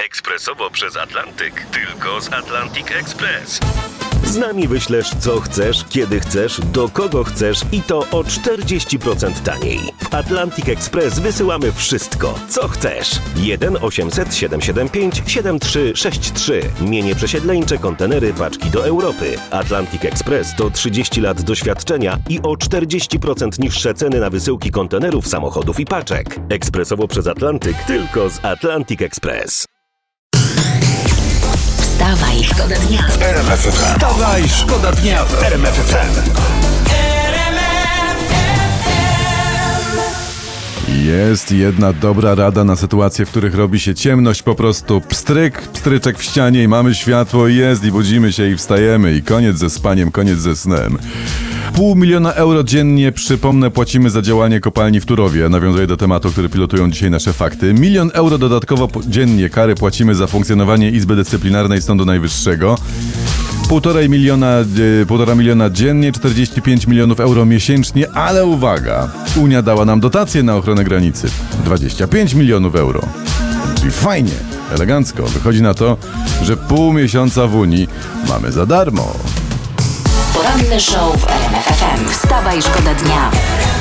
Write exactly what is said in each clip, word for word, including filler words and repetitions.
Ekspresowo przez Atlantyk. Tylko z Atlantic Express. Z nami wyślesz co chcesz, kiedy chcesz, do kogo chcesz i to o czterdzieści procent taniej. W Atlantic Express wysyłamy wszystko, co chcesz. jeden osiemset siedemset siedemdziesiąt pięć siedemdziesiąt trzy sześćdziesiąt trzy. Mienie przesiedleńcze, kontenery, paczki do Europy. Atlantic Express to trzydzieści lat doświadczenia i o czterdzieści procent niższe ceny na wysyłki kontenerów, samochodów i paczek. Ekspresowo przez Atlantyk, tylko z Atlantic Express. Wstawaj, szkoda dnia w R M F F M. Wstawaj, szkoda dnia w R M F F M. Jest jedna dobra rada na sytuacje, w których robi się ciemność, po prostu pstryk, pstryczek w ścianie i mamy światło i jest i budzimy się i wstajemy i koniec ze spaniem, koniec ze snem. Pół miliona euro dziennie, przypomnę, płacimy za działanie kopalni w Turowie. Nawiązuję do tematu, który pilotują dzisiaj nasze fakty. Milion euro dodatkowo dziennie kary płacimy za funkcjonowanie Izby Dyscyplinarnej Sądu Najwyższego. Półtorej miliona, e, półtora miliona dziennie, czterdzieści pięć milionów euro miesięcznie, ale uwaga, Unia dała nam dotację na ochronę granicy. dwadzieścia pięć milionów euro. Czyli fajnie, elegancko. Wychodzi na to, że pół miesiąca w Unii mamy za darmo. Poranny show w R M F F M. Wstawaj, szkoda dnia.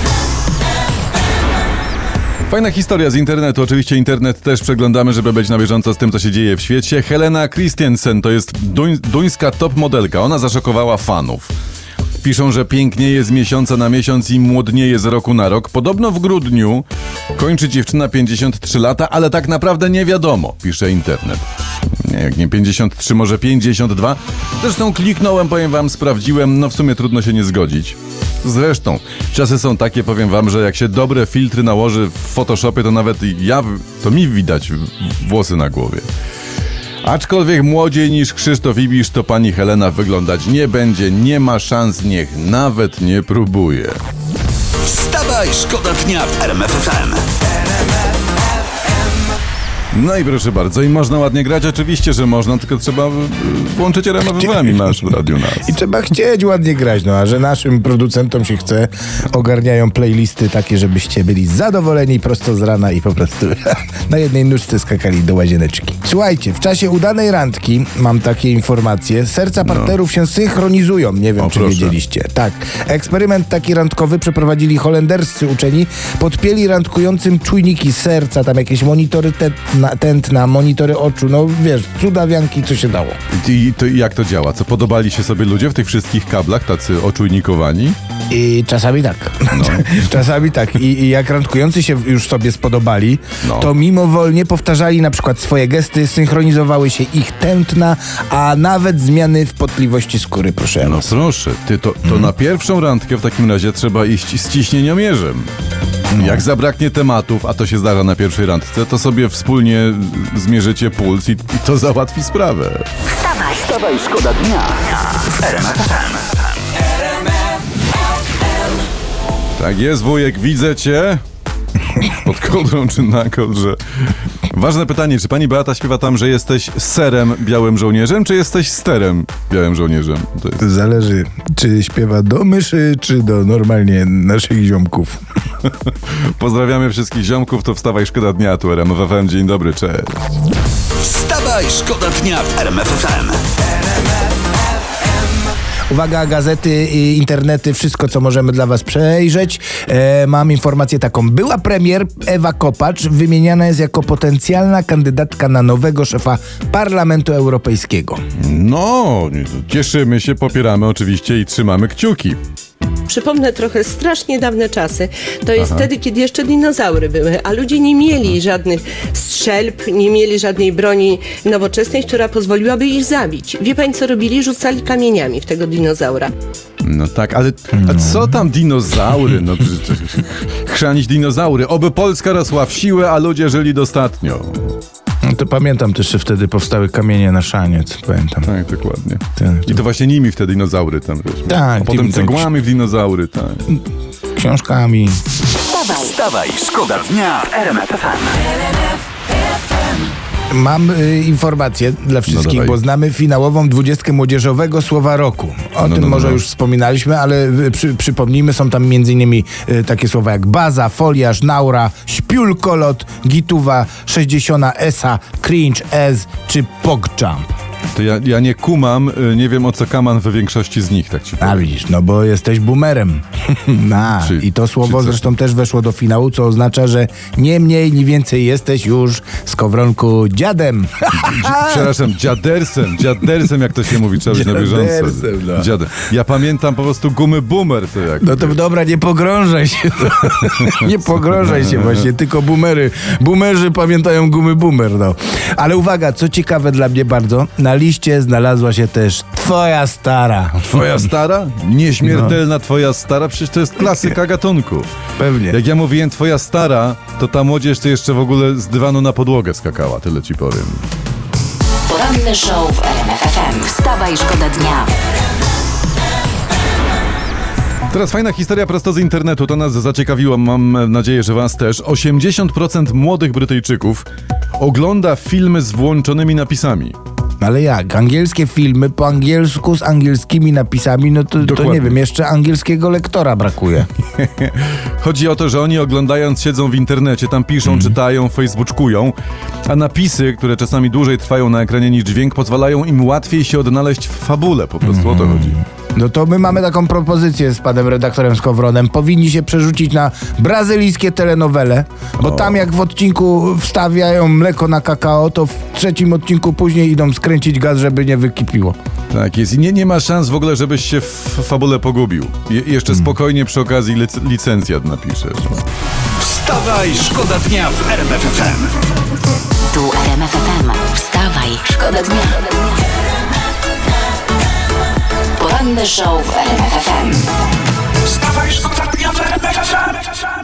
Fajna historia z internetu. Oczywiście internet też przeglądamy, żeby być na bieżąco z tym, co się dzieje w świecie. Helena Christensen to jest duń, duńska top modelka. Ona zaszokowała fanów. Piszą, że pięknieje z miesiąca na miesiąc i młodnieje z roku na rok. Podobno w grudniu kończy dziewczyna pięćdziesiąt trzy lata, ale tak naprawdę nie wiadomo, pisze internet. Nie, jak nie pięćdziesiąt trzy, może pięćdziesiąt dwa. Zresztą kliknąłem, powiem wam, sprawdziłem, no w sumie trudno się nie zgodzić. Zresztą, czasy są takie, powiem wam, że jak się dobre filtry nałoży w Photoshopie, to nawet ja, to mi widać włosy na głowie. Aczkolwiek młodziej niż Krzysztof Ibisz, to pani Helena wyglądać nie będzie, nie ma szans, niech nawet nie próbuje. Wstawaj, szkoda dnia w R M F F M. No i proszę bardzo, i można ładnie grać, oczywiście, że można, tylko trzeba włączyć R M F F M i masz w radiu nas. I trzeba chcieć ładnie grać, no a że naszym producentom się chce, ogarniają playlisty takie, żebyście byli zadowoleni prosto z rana i po prostu na jednej nóżce skakali do łazieneczki. Słuchajcie, w czasie udanej randki, mam takie informacje, serca partnerów no. się synchronizują, nie wiem, o, czy proszę. wiedzieliście. Tak, eksperyment taki randkowy przeprowadzili holenderscy uczeni, podpięli randkującym czujniki serca, tam jakieś monitory te Na, tętna, monitory oczu, no wiesz, cudawianki, co się dało. I to jak to działa? Co, podobali się sobie ludzie w tych wszystkich kablach, tacy oczujnikowani? I czasami tak. No. czasami tak. I, I jak randkujący się już sobie spodobali, no. to mimowolnie powtarzali na przykład swoje gesty, synchronizowały się ich tętna, a nawet zmiany w potliwości skóry, proszę. No proszę, ty to, to hmm. na pierwszą randkę w takim razie trzeba iść z ciśnieniomierzem. No. Jak zabraknie tematów, a to się zdarza na pierwszej randce, to sobie wspólnie zmierzycie puls i, i to załatwi sprawę. Wstawaj, wstawaj, szkoda dnia w R M F F M. Tak jest, wujek, widzę cię. Pod kołdrą czy na kołdrze. Ważne pytanie, czy pani Beata śpiewa tam, że jesteś serem białym żołnierzem, czy jesteś sterem białym żołnierzem? To jest... Zależy, czy śpiewa do myszy, czy do normalnie naszych ziomków. Pozdrawiamy wszystkich ziomków, to wstawaj, szkoda dnia, tu R M F F M, dzień dobry, cześć. Wstawaj, szkoda dnia w R M F F M. Uwaga, gazety, internety, wszystko, co możemy dla was przejrzeć. E, mam informację taką. Była premier Ewa Kopacz wymieniana jest jako potencjalna kandydatka na nowego szefa Parlamentu Europejskiego. No, cieszymy się, popieramy oczywiście i trzymamy kciuki. Przypomnę trochę strasznie dawne czasy. To jest Aha. wtedy, kiedy jeszcze dinozaury były, a ludzie nie mieli żadnych strzelb, nie mieli żadnej broni nowoczesnej, która pozwoliłaby ich zabić. Wie pani, co robili? Rzucali kamieniami w tego dinozaura. No tak, ale a co tam dinozaury? No, chrzanić dinozaury. Oby Polska rosła w siłę, a ludzie żyli dostatnio. No to pamiętam też, że wtedy powstały kamienie na szaniec, pamiętam. Tak, dokładnie. Tak, I to właśnie nimi wtedy dinozaury tam, wiesz. Tak. A potem cegłami w dinozaury, tak. Książkami. Wstawaj, wstawaj, szkoda dnia w R M F F M. Mam y, informację dla wszystkich, dawaj. bo znamy finałową dwudziestkę młodzieżowego słowa roku. O No, tym no, no, może no. już wspominaliśmy, ale y, przy, przypomnijmy, są tam między innymi y, takie słowa jak baza, foliarz, naura, śpiulkolot, gituwa, sześćdziesiąta, esa, cringe, ez czy pogchamp. To ja, ja nie kumam, y, nie wiem o co kaman we większości z nich, tak ci A powiem. widzisz, no bo jesteś boomerem. A, Czy- I to słowo czy coś- zresztą też weszło do finału, co oznacza, że nie mniej, nie więcej jesteś już z Kowronku dziadem. Przepraszam, dziadersem, dziadersem jak to się mówi, trzeba być na bieżąco. Dziadersem, no. Dziadem. Ja pamiętam po prostu gumy boomer, to jak. No to dobra, nie pogrążaj się. Nie pogrążaj się właśnie, tylko boomery. Boomerzy pamiętają gumy boomer, no. Ale uwaga, co ciekawe dla mnie bardzo, na liście znalazła się też twoja stara. Twoja stara? Nieśmiertelna twoja stara? Przecież to jest klasyka gatunku. Pewnie. Jak ja mówiłem twoja stara, to ta młodzież to jeszcze w ogóle z dywanu na podłogę skakała, tyle ci powiem. Poranny show w R M F F M. Wstawaj, szkoda dnia. Teraz fajna historia prosto z internetu, to nas zaciekawiło, mam nadzieję, że was też. osiemdziesiąt procent młodych Brytyjczyków ogląda filmy z włączonymi napisami. Ale jak? Angielskie filmy po angielsku z angielskimi napisami, no to, to Dokładnie. nie wiem, jeszcze angielskiego lektora brakuje. Chodzi o to, że oni oglądając siedzą w internecie, tam piszą, Mhm. czytają, facebooczkują, a napisy, które czasami dłużej trwają na ekranie niż dźwięk, pozwalają im łatwiej się odnaleźć w fabule, po prostu o to chodzi. No to my mamy taką propozycję z panem redaktorem Skowronem. Powinni się przerzucić na brazylijskie telenowele, bo tam jak w odcinku wstawiają mleko na kakao, to w trzecim odcinku później idą skręcić gaz, żeby nie wykipiło. Tak jest i nie, nie ma szans w ogóle, żebyś się w fabule pogubił. Je, jeszcze Hmm. spokojnie przy okazji lic- licencjat napiszesz. Wstawaj, szkoda dnia w R M F F M. Tu R M F F M. Wstawaj, szkoda dnia. Poranny show w R M F F M. Wstawaj, szkoda dnia w R M F F M.